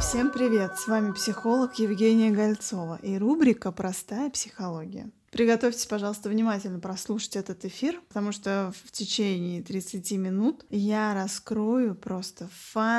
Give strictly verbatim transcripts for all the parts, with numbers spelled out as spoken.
Всем привет! С вами психолог Евгения Гольцова и рубрика «Простая психология». Приготовьтесь, пожалуйста, внимательно прослушать этот эфир, потому что в течение тридцати минут я раскрою просто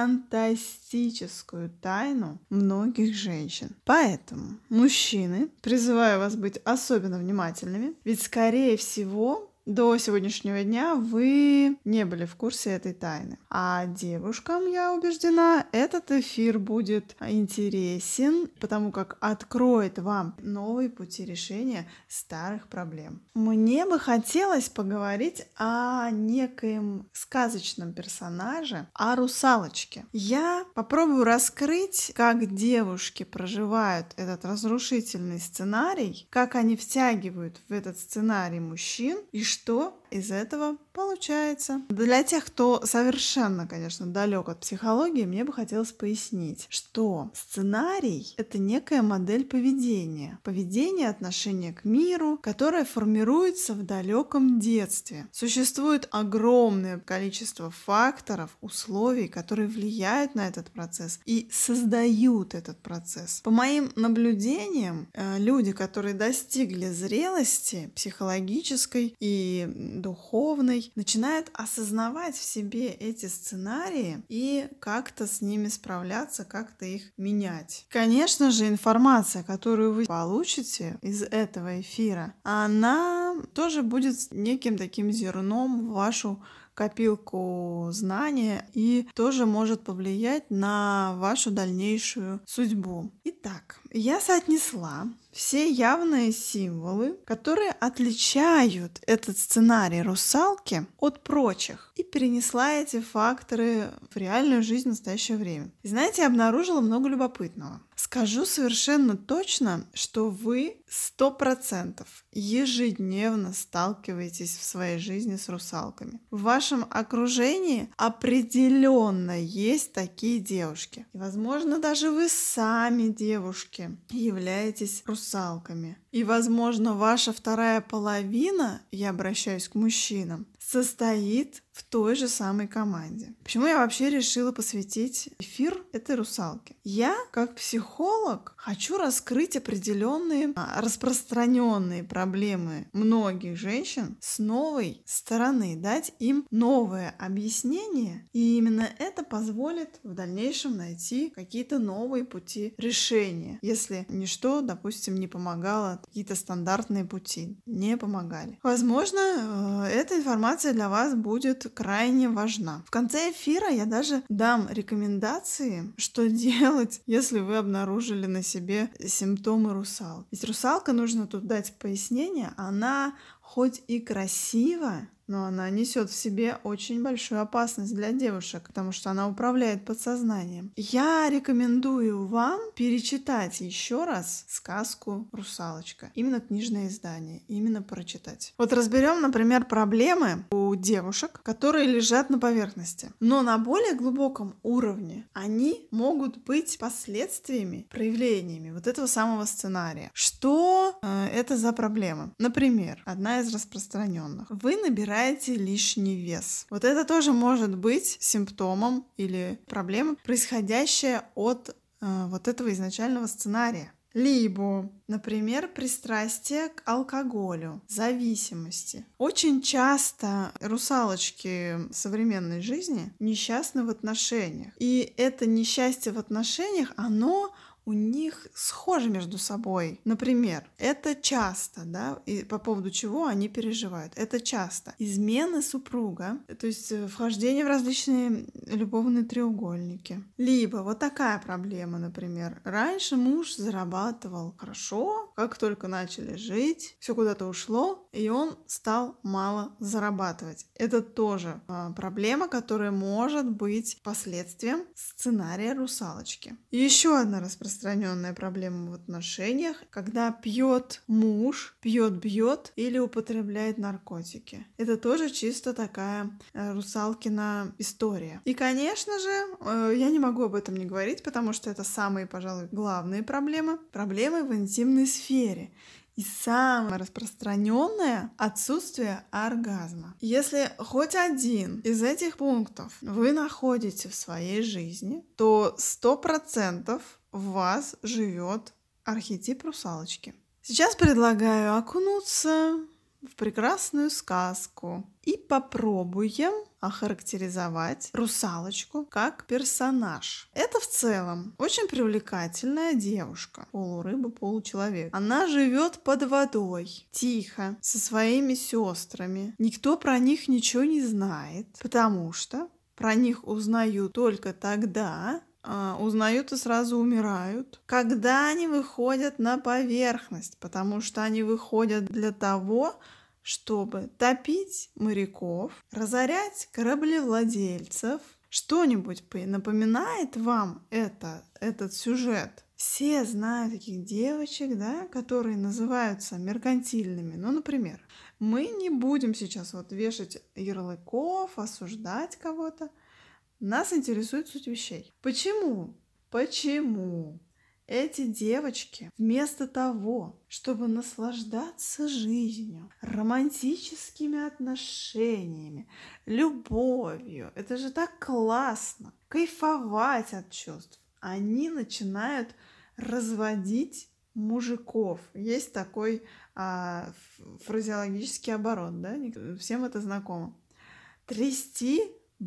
фантастическую тайну многих женщин. Поэтому, мужчины, призываю вас быть особенно внимательными, ведь, скорее всего, до сегодняшнего дня вы не были в курсе этой тайны. А девушкам, я убеждена, этот эфир будет интересен, потому как откроет вам новые пути решения старых проблем. Мне бы хотелось поговорить о некоем сказочном персонаже, о русалочке. Я попробую раскрыть, как девушки проживают этот разрушительный сценарий, как они втягивают в этот сценарий мужчин и что Что из этого получается? Для тех, кто совершенно, конечно, далек от психологии, мне бы хотелось пояснить, что сценарий — это некая модель поведения. Поведение, отношение к миру, которое формируется в далеком детстве. Существует огромное количество факторов, условий, которые влияют на этот процесс и создают этот процесс. По моим наблюдениям, люди, которые достигли зрелости психологической и духовной, начинают осознавать в себе эти сценарии и как-то с ними справляться, как-то их менять. Конечно же, информация, которую вы получите из этого эфира, она тоже будет неким таким зерном в вашу копилку знания и тоже может повлиять на вашу дальнейшую судьбу. Итак, я соотнесла все явные символы, которые отличают этот сценарий русалки от прочих, и перенесла эти факторы в реальную жизнь в настоящее время. И знаете, я обнаружила много любопытного. Скажу совершенно точно, что вы сто процентов ежедневно сталкиваетесь в своей жизни с русалками. В вашем окружении определенно есть такие девушки. И, возможно, даже вы сами, девушки, являетесь русалками. И, возможно, ваша вторая половина, я обращаюсь к мужчинам, состоит в той же самой команде. Почему я вообще решила посвятить эфир этой русалке? Я, как психолог, хочу раскрыть определенные распространенные проблемы многих женщин с новой стороны, дать им новое объяснение, и именно это позволит в дальнейшем найти какие-то новые пути решения, если ничто, допустим, не помогало, какие-то стандартные пути не помогали. Возможно, эта информация для вас будет крайне важна. В конце эфира я даже дам рекомендации, что делать, если вы обнаружили на себе симптомы русалки. Ведь русалка, нужно тут дать пояснение, она хоть и красива, но она несет в себе очень большую опасность для девушек, потому что она управляет подсознанием. Я рекомендую вам перечитать еще раз сказку «Русалочка». Именно книжное издание, именно прочитать. Вот разберем, например, проблемы у девушек, которые лежат на поверхности. Но на более глубоком уровне они могут быть последствиями, проявлениями вот этого самого сценария. Что э, это за проблемы? Например, одна из распространенных. Вы набираете лишний вес. Вот это тоже может быть симптомом или проблемой, происходящая от э, вот этого изначального сценария. Либо, например, пристрастие к алкоголю, зависимости. Очень часто русалочки современной жизни несчастны в отношениях. И это несчастье в отношениях, оно у них схожи между собой. Например, это часто, да, и по поводу чего они переживают. Это часто измены супруга, то есть вхождение в различные любовные треугольники. Либо вот такая проблема, например. Раньше муж зарабатывал хорошо, как только начали жить, все куда-то ушло, и он стал мало зарабатывать. Это тоже а, проблема, которая может быть последствием сценария русалочки. И еще одна распространенная распространенная проблема в отношениях, когда пьет муж, пьет-бьет или употребляет наркотики. Это тоже чисто такая э, русалкина история. И, конечно же, э, я не могу об этом не говорить, потому что это самые, пожалуй, главные проблемы. Проблемы в интимной сфере. И самое распространенное — отсутствие оргазма. Если хоть один из этих пунктов вы находите в своей жизни, то сто процентов в вас живет архетип русалочки. Сейчас предлагаю окунуться в прекрасную сказку и попробуем охарактеризовать русалочку как персонаж. Это в целом очень привлекательная девушка, полурыба, получеловек. Она живет под водой, тихо, со своими сестрами. Никто про них ничего не знает, потому что про них узнают только тогда, а, узнают и сразу умирают, когда они выходят на поверхность, потому что они выходят для того, чтобы топить моряков, разорять кораблевладельцев. Что-нибудь напоминает вам это, этот сюжет? Все знают таких девочек, да, которые называются меркантильными. Ну, например, мы не будем сейчас вот вешать ярлыков, осуждать кого-то. Нас интересует суть вещей. Почему? Почему эти девочки вместо того, чтобы наслаждаться жизнью, романтическими отношениями, любовью, это же так классно, кайфовать от чувств, они начинают разводить мужиков. Есть такой а, фразеологический оборот, да? Всем это знакомо. Трясти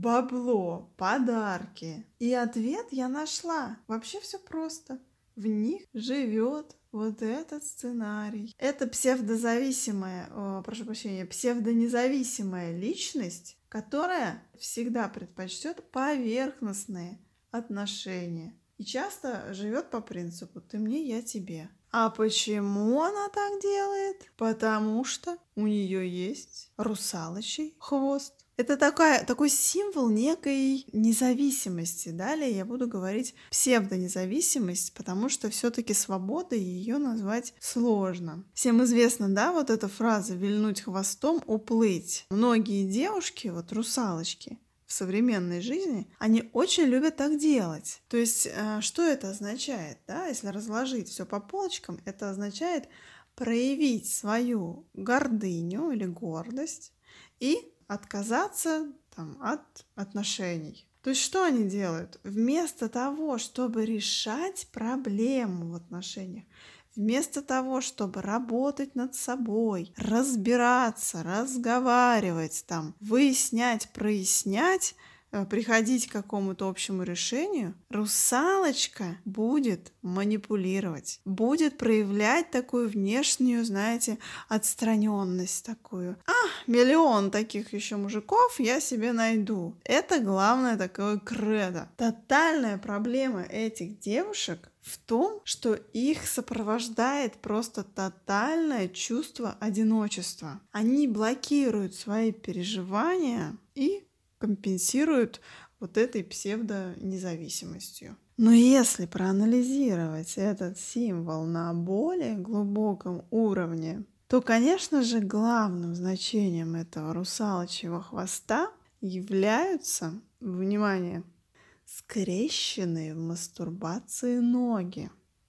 бабло, подарки. И ответ я нашла. Вообще все просто. В них живет вот этот сценарий. Это псевдозависимая, о, прошу прощения, псевдонезависимая личность, которая всегда предпочтет поверхностные отношения. И часто живет по принципу «ты мне, я тебе». А почему она так делает? Потому что у нее есть русалочий хвост. Это такая, такой символ некой независимости. Далее я буду говорить псевдонезависимость, потому что все-таки свобода, ее назвать сложно. Всем известна, да, вот эта фраза «вильнуть хвостом, уплыть». Многие девушки, вот русалочки, в современной жизни, они очень любят так делать. То есть, что это означает, да? Если разложить все по полочкам, это означает проявить свою гордыню или гордость и отказаться там, от отношений. То есть что они делают? Вместо того, чтобы решать проблему в отношениях, вместо того, чтобы работать над собой, разбираться, разговаривать, там, выяснять, прояснять, приходить к какому-то общему решению, русалочка будет манипулировать, будет проявлять такую внешнюю, знаете, отстраненность такую. А, миллион таких еще мужиков я себе найду. Это главное такое кредо. Тотальная проблема этих девушек в том, что их сопровождает просто тотальное чувство одиночества. Они блокируют свои переживания и компенсируют вот этой псевдонезависимостью. Но если проанализировать этот символ на более глубоком уровне, то, конечно же, главным значением этого русалочьего хвоста являются, внимание, скрещенные в мастурбации ноги.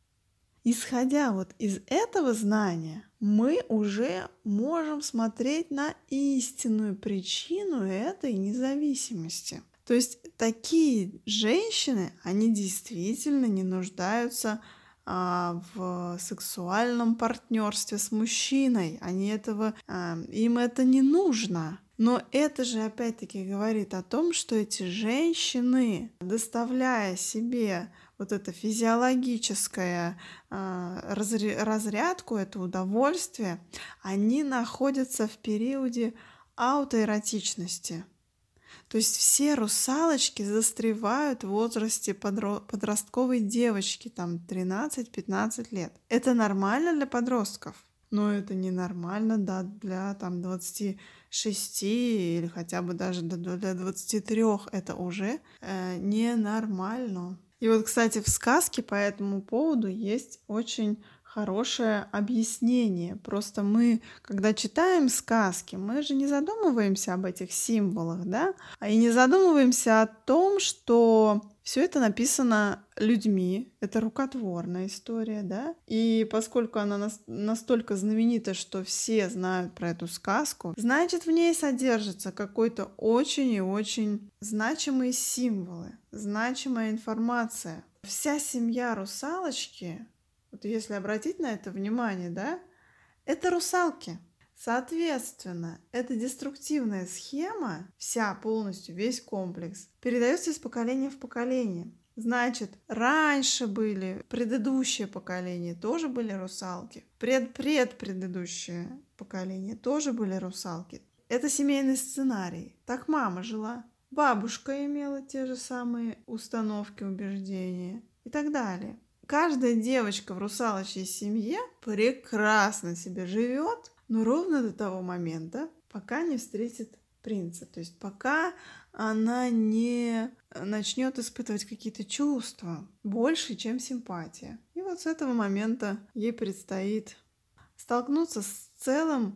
Исходя вот из этого знания, мы уже можем смотреть на истинную причину этой независимости. То есть такие женщины, они действительно не нуждаются а, в сексуальном партнерстве с мужчиной. Они этого, а, им это не нужно. Но это же опять-таки говорит о том, что эти женщины, доставляя себе вот это физиологическое э, разрядку, это удовольствие, они находятся в периоде аутоэротичности. То есть все русалочки застревают в возрасте подро- подростковой девочки, там тринадцать-пятнадцать лет. Это нормально для подростков, но это ненормально, да, для там двадцати шести или хотя бы даже для двадцати трёх. Это уже э, ненормально. И вот, кстати, в сказке по этому поводу есть очень хорошее объяснение. Просто мы, когда читаем сказки, мы же не задумываемся об этих символах, да? А и не задумываемся о том, что все это написано людьми, это рукотворная история, да? И поскольку она нас- настолько знаменита, что все знают про эту сказку, значит, в ней содержится какой-то очень и очень значимые символы, значимая информация. Вся семья русалочки, вот если обратить на это внимание, да, это русалки. Соответственно, эта деструктивная схема, вся полностью, весь комплекс, передается из поколения в поколение. Значит, раньше были, предыдущее поколение тоже были русалки, предпредпредыдущее поколение тоже были русалки. Это семейный сценарий. Так мама жила. Бабушка имела те же самые установки, убеждения и так далее. Каждая девочка в русалочьей семье прекрасно себе живет, но ровно до того момента, пока не встретит принца. То есть пока она не начнет испытывать какие-то чувства больше, чем симпатия. И вот с этого момента ей предстоит столкнуться с целым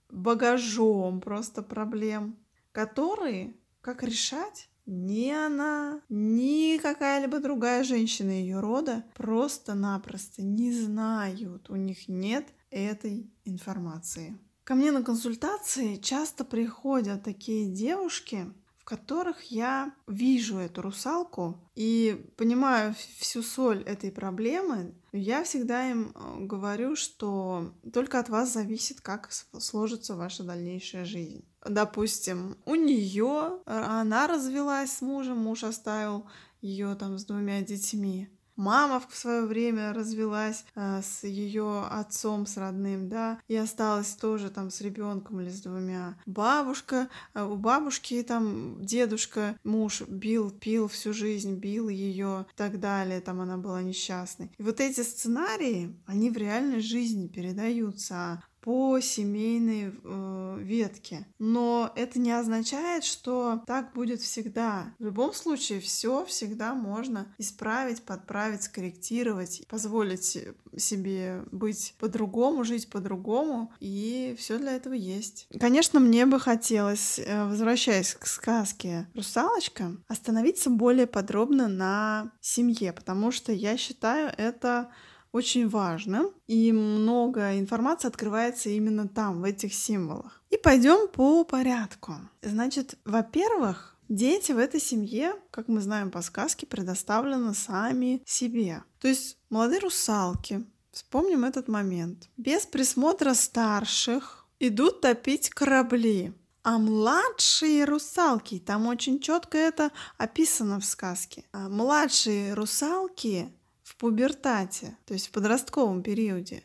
багажом просто проблем, которые, как решать, ни она, ни какая-либо другая женщина ее рода просто-напросто не знают. У них нет этой информации. Ко мне на консультации часто приходят такие девушки, в которых я вижу эту русалку и понимаю всю соль этой проблемы. Я всегда им говорю, что только от вас зависит, как сложится ваша дальнейшая жизнь. Допустим, у нее она развелась с мужем, муж оставил ее там с двумя детьми. Мама в свое время развелась э, с ее отцом, с родным, да, и осталась тоже там с ребенком или с двумя. Бабушка, э, у бабушки там дедушка, муж бил, пил всю жизнь, бил ее и так далее, там она была несчастной. И вот эти сценарии, они в реальной жизни передаются по семейной э, ветке. Но это не означает, что так будет всегда. В любом случае, все всегда можно исправить, подправить, скорректировать, позволить себе быть по-другому, жить по-другому, и все для этого есть. Конечно, мне бы хотелось, возвращаясь к сказке «Русалочка», остановиться более подробно на семье, потому что я считаю это очень важно, и много информации открывается именно там, в этих символах. И пойдем по порядку. Значит, во-первых, дети в этой семье, как мы знаем по сказке, предоставлены сами себе. То есть молодые русалки, вспомним этот момент, без присмотра старших идут топить корабли. А младшие русалки, там очень четко это описано в сказке, а младшие русалки в пубертате, то есть в подростковом периоде,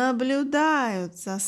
наблюдают за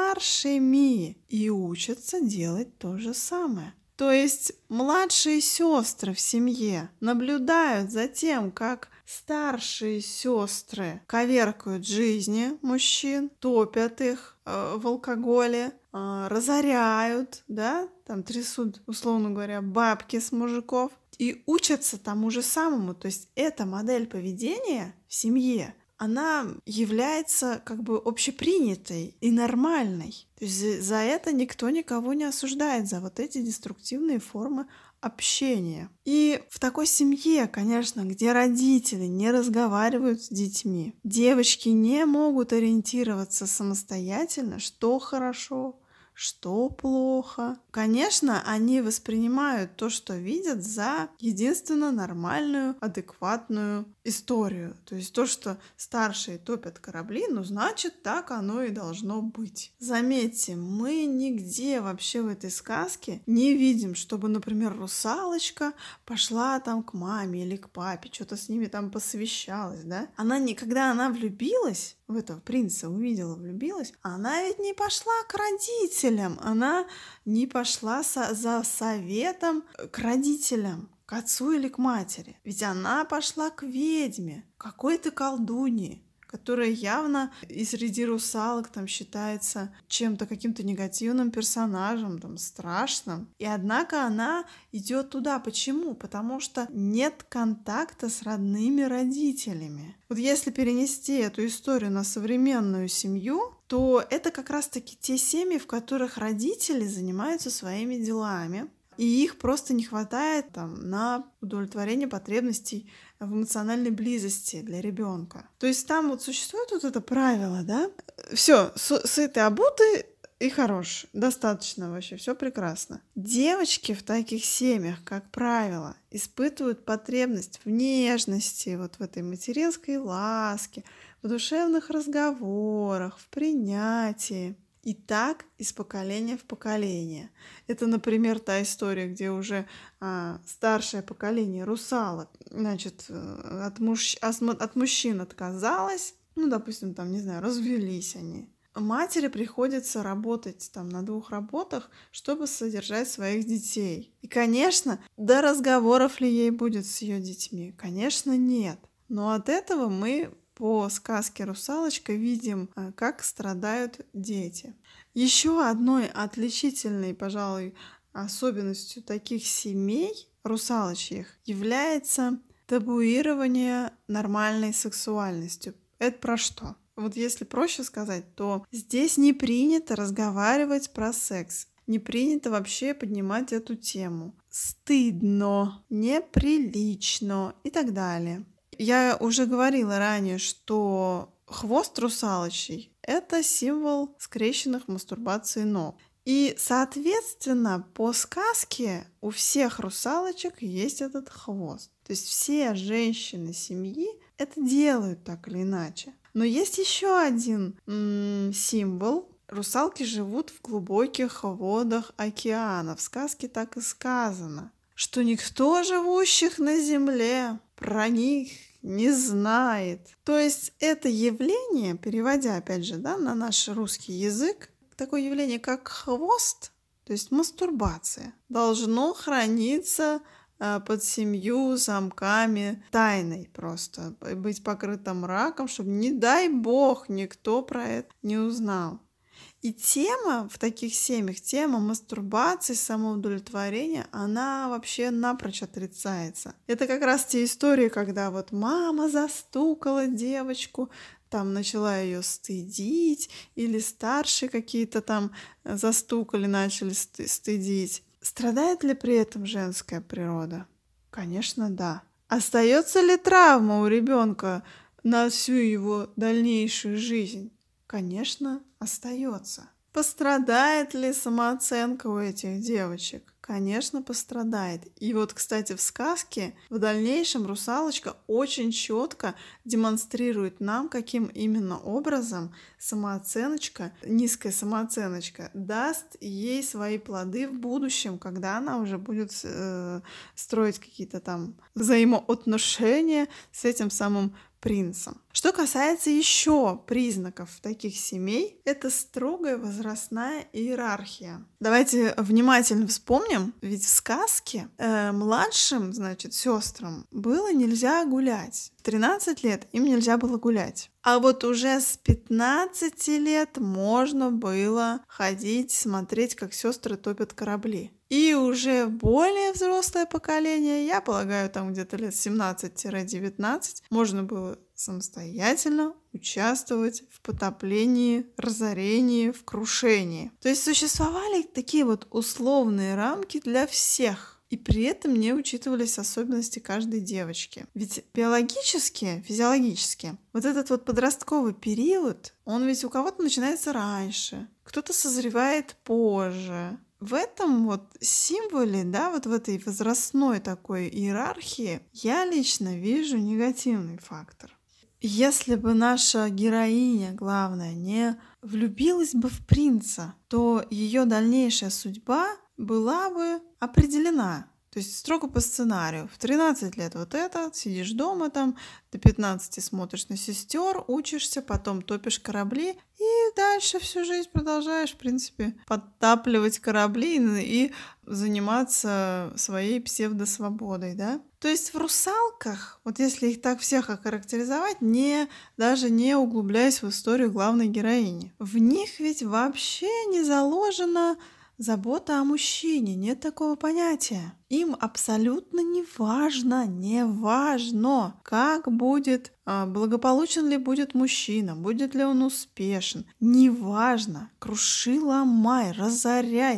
старшими и учатся делать то же самое. То есть младшие сестры в семье наблюдают за тем, как старшие сестры коверкают жизни мужчин, топят их э, в алкоголе, э, разоряют, да, там трясут, условно говоря, бабки с мужиков и учатся тому же самому. То есть эта модель поведения в семье, она является как бы общепринятой и нормальной. То есть за это никто никого не осуждает, за вот эти деструктивные формы общения. И в такой семье, конечно, где родители не разговаривают с детьми, девочки не могут ориентироваться самостоятельно, что хорошо, что плохо. Конечно, они воспринимают то, что видят, за единственно нормальную, адекватную историю. То есть то, что старшие топят корабли, ну, значит, так оно и должно быть. Заметьте, мы нигде вообще в этой сказке не видим, чтобы, например, русалочка пошла там к маме или к папе, что-то с ними там посовещалась, да? Она не, когда она влюбилась в этого принца, увидела, влюбилась, она ведь не пошла к родителям, она не пошла со, за советом к родителям, к отцу или к матери. Ведь она пошла к ведьме, какой-то колдуньи, которая явно и среди русалок там считается чем-то, каким-то негативным персонажем, там, страшным. И однако она идет туда. Почему? Потому что нет контакта с родными родителями. Вот если перенести эту историю на современную семью, то это как раз-таки те семьи, в которых родители занимаются своими делами, и их просто не хватает там, на удовлетворение потребностей в эмоциональной близости для ребенка. То есть там вот существует вот это правило, да? Все, сыты, обуты и хорош. Достаточно вообще, все прекрасно. Девочки в таких семьях, как правило, испытывают потребность в нежности, вот в этой материнской ласке, в душевных разговорах, в принятии. И так из поколения в поколение. Это, например, та история, где уже а, старшее поколение русалок, значит, от, муж... от мужчин отказалось, ну, допустим, там, не знаю, развелись они. Матери приходится работать там на двух работах, чтобы содержать своих детей. И, конечно, до разговоров ли ей будет с ее детьми? Конечно, нет. Но от этого мы по сказке «Русалочка» видим, как страдают дети. Еще одной отличительной, пожалуй, особенностью таких семей русалочьих является табуирование нормальной сексуальностью. Это про что? Вот если проще сказать, то здесь не принято разговаривать про секс. Не принято вообще поднимать эту тему. Стыдно, неприлично и так далее. Я уже говорила ранее, что хвост русалочий – это символ скрещенных мастурбаций ног. И, соответственно, по сказке у всех русалочек есть этот хвост. То есть все женщины семьи это делают так или иначе. Но есть еще один м- символ. Русалки живут в глубоких водах океана. В сказке так и сказано, что никто живущих на земле про них не знает. То есть это явление, переводя опять же да, на наш русский язык, такое явление, как хвост, то есть мастурбация, должно храниться э, под семью замками тайной просто, быть покрытым мраком, чтобы, не дай бог, никто про это не узнал. И тема в таких семьях, тема мастурбации, самоудовлетворения, она вообще напрочь отрицается. Это как раз те истории, когда вот мама застукала девочку, там начала ее стыдить, или старшие какие-то там застукали, начали стыдить. Страдает ли при этом женская природа? Конечно, да. Остается ли травма у ребенка на всю его дальнейшую жизнь? Конечно, остается. Пострадает ли самооценка у этих девочек? Конечно, пострадает. И вот, кстати, в сказке в дальнейшем русалочка очень четко демонстрирует нам, каким именно образом самооценочка, низкая самооценочка, даст ей свои плоды в будущем, когда она уже будет э, строить какие-то там взаимоотношения с этим самым принцем. Что касается еще признаков таких семей, это строгая возрастная иерархия. Давайте внимательно вспомним, ведь в сказке э, младшим, значит, сестрам было нельзя гулять. В тринадцать лет им нельзя было гулять. А вот уже с пятнадцати лет можно было ходить, смотреть, как сестры топят корабли. И уже более взрослое поколение, я полагаю, там где-то лет семнадцать-девятнадцать, можно было самостоятельно участвовать в потоплении, разорении, в крушении. То есть существовали такие вот условные рамки для всех. И при этом не учитывались особенности каждой девочки. Ведь биологически, физиологически, вот этот вот подростковый период, он ведь у кого-то начинается раньше, кто-то созревает позже. В этом вот символе, да, вот в этой возрастной такой иерархии я лично вижу негативный фактор. Если бы наша героиня, главное, не влюбилась бы в принца, то ее дальнейшая судьба была бы определена. То есть строго по сценарию. В тринадцать лет вот это, сидишь дома там, до пятнадцати смотришь на сестер, учишься, потом топишь корабли и дальше всю жизнь продолжаешь, в принципе, подтапливать корабли и заниматься своей псевдосвободой, да? То есть в русалках, вот если их так всех охарактеризовать, не, даже не углубляясь в историю главной героини, в них ведь вообще не заложена забота о мужчине, нет такого понятия. Им абсолютно не важно, не важно, как будет, а, благополучен ли будет мужчина, будет ли он успешен. Не важно. Круши, ломай, разоряй,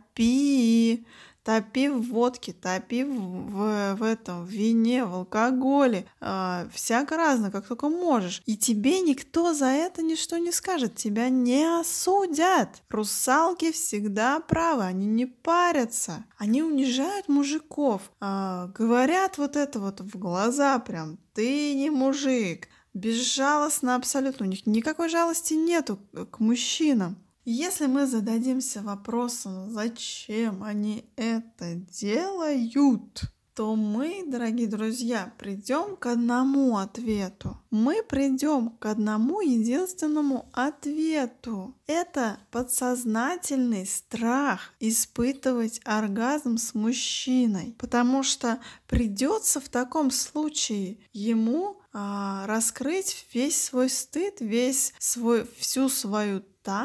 топи. Топи в водке, топи в, в, в этом, в вине, в алкоголе, э, всяко разно, как только можешь. И тебе никто за это ничто не скажет, тебя не осудят. Русалки всегда правы, они не парятся. Они унижают мужиков, э, говорят вот это вот в глаза прям, ты не мужик. Безжалостно абсолютно, у них никакой жалости нету к мужчинам. Если мы зададимся вопросом, зачем они это делают, то мы, дорогие друзья, придем к одному ответу. Мы придем к одному единственному ответу. Это подсознательный страх испытывать оргазм с мужчиной, потому что придется в таком случае ему а, раскрыть весь свой стыд, весь свой, всю свою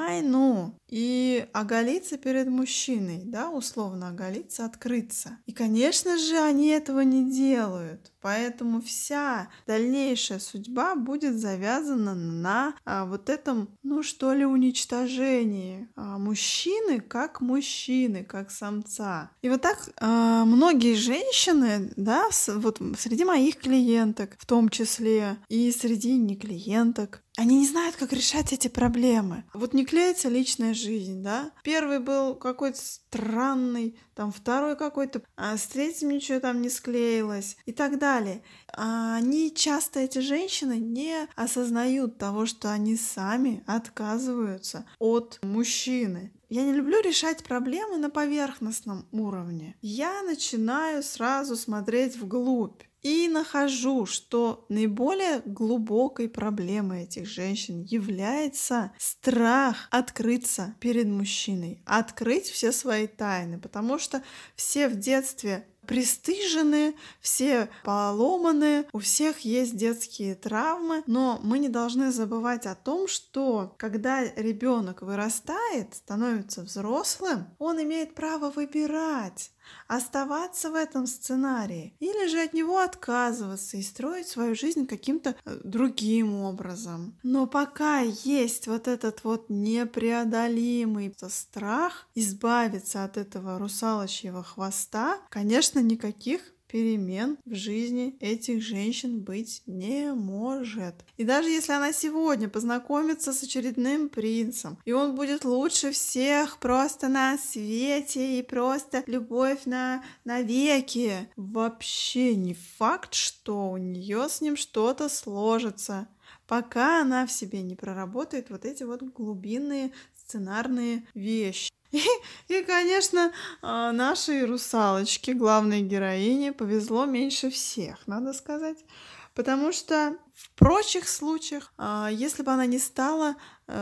тайну и оголиться перед мужчиной, да, условно оголиться, открыться. И, конечно же, они этого не делают, поэтому вся дальнейшая судьба будет завязана на а, вот этом, ну что ли, уничтожении а, мужчины как мужчины, как самца. И вот так а, многие женщины, да, с, вот среди моих клиенток в том числе, и среди не клиенток, они не знают, как решать эти проблемы. Вот не клеится личная жизнь, да? Первый был какой-то странный, там второй какой-то, а с третьим ничего там не склеилось и так далее. А они часто, эти женщины, не осознают того, что они сами отказываются от мужчины. Я не люблю решать проблемы на поверхностном уровне. Я начинаю сразу смотреть вглубь. И нахожу, что наиболее глубокой проблемой этих женщин является страх открыться перед мужчиной, открыть все свои тайны, потому что все в детстве пристыжены, все поломаны, у всех есть детские травмы, но мы не должны забывать о том, что когда ребенок вырастает, становится взрослым, он имеет право выбирать, оставаться в этом сценарии или же от него отказываться и строить свою жизнь каким-то другим образом. Но пока есть вот этот вот непреодолимый страх избавиться от этого русалочьего хвоста, конечно, никаких перемен в жизни этих женщин быть не может. И даже если она сегодня познакомится с очередным принцем, и он будет лучше всех просто на свете, и просто любовь на навеки, вообще не факт, что у нее с ним что-то сложится, пока она в себе не проработает вот эти вот глубинные сценарные вещи. И, и, конечно, нашей русалочке, главной героине, повезло меньше всех, надо сказать. Потому что в прочих случаях, если бы она не стала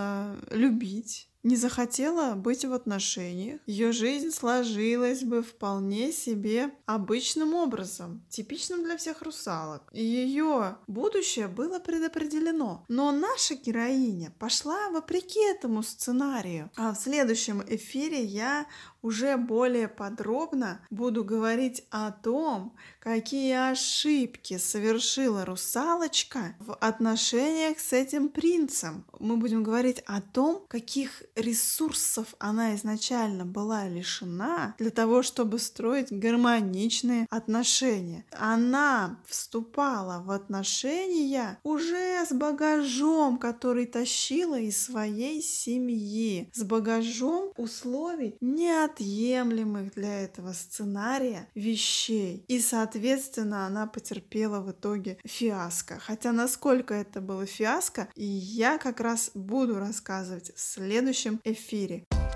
любить, не захотела быть в отношениях, ее жизнь сложилась бы вполне себе обычным образом, типичным для всех русалок. И ее будущее было предопределено. Но наша героиня пошла вопреки этому сценарию. А в следующем эфире я уже более подробно буду говорить о том, какие ошибки совершила русалочка в отношениях с этим принцем. Мы будем говорить о том, каких ресурсов она изначально была лишена для того, чтобы строить гармоничные отношения. Она вступала в отношения уже с багажом, который тащила из своей семьи, с багажом условий неотъемлемых для этого сценария вещей. И, соответственно, она потерпела в итоге фиаско. Хотя насколько это было фиаско, и я как раз буду рассказывать в следующем эфире.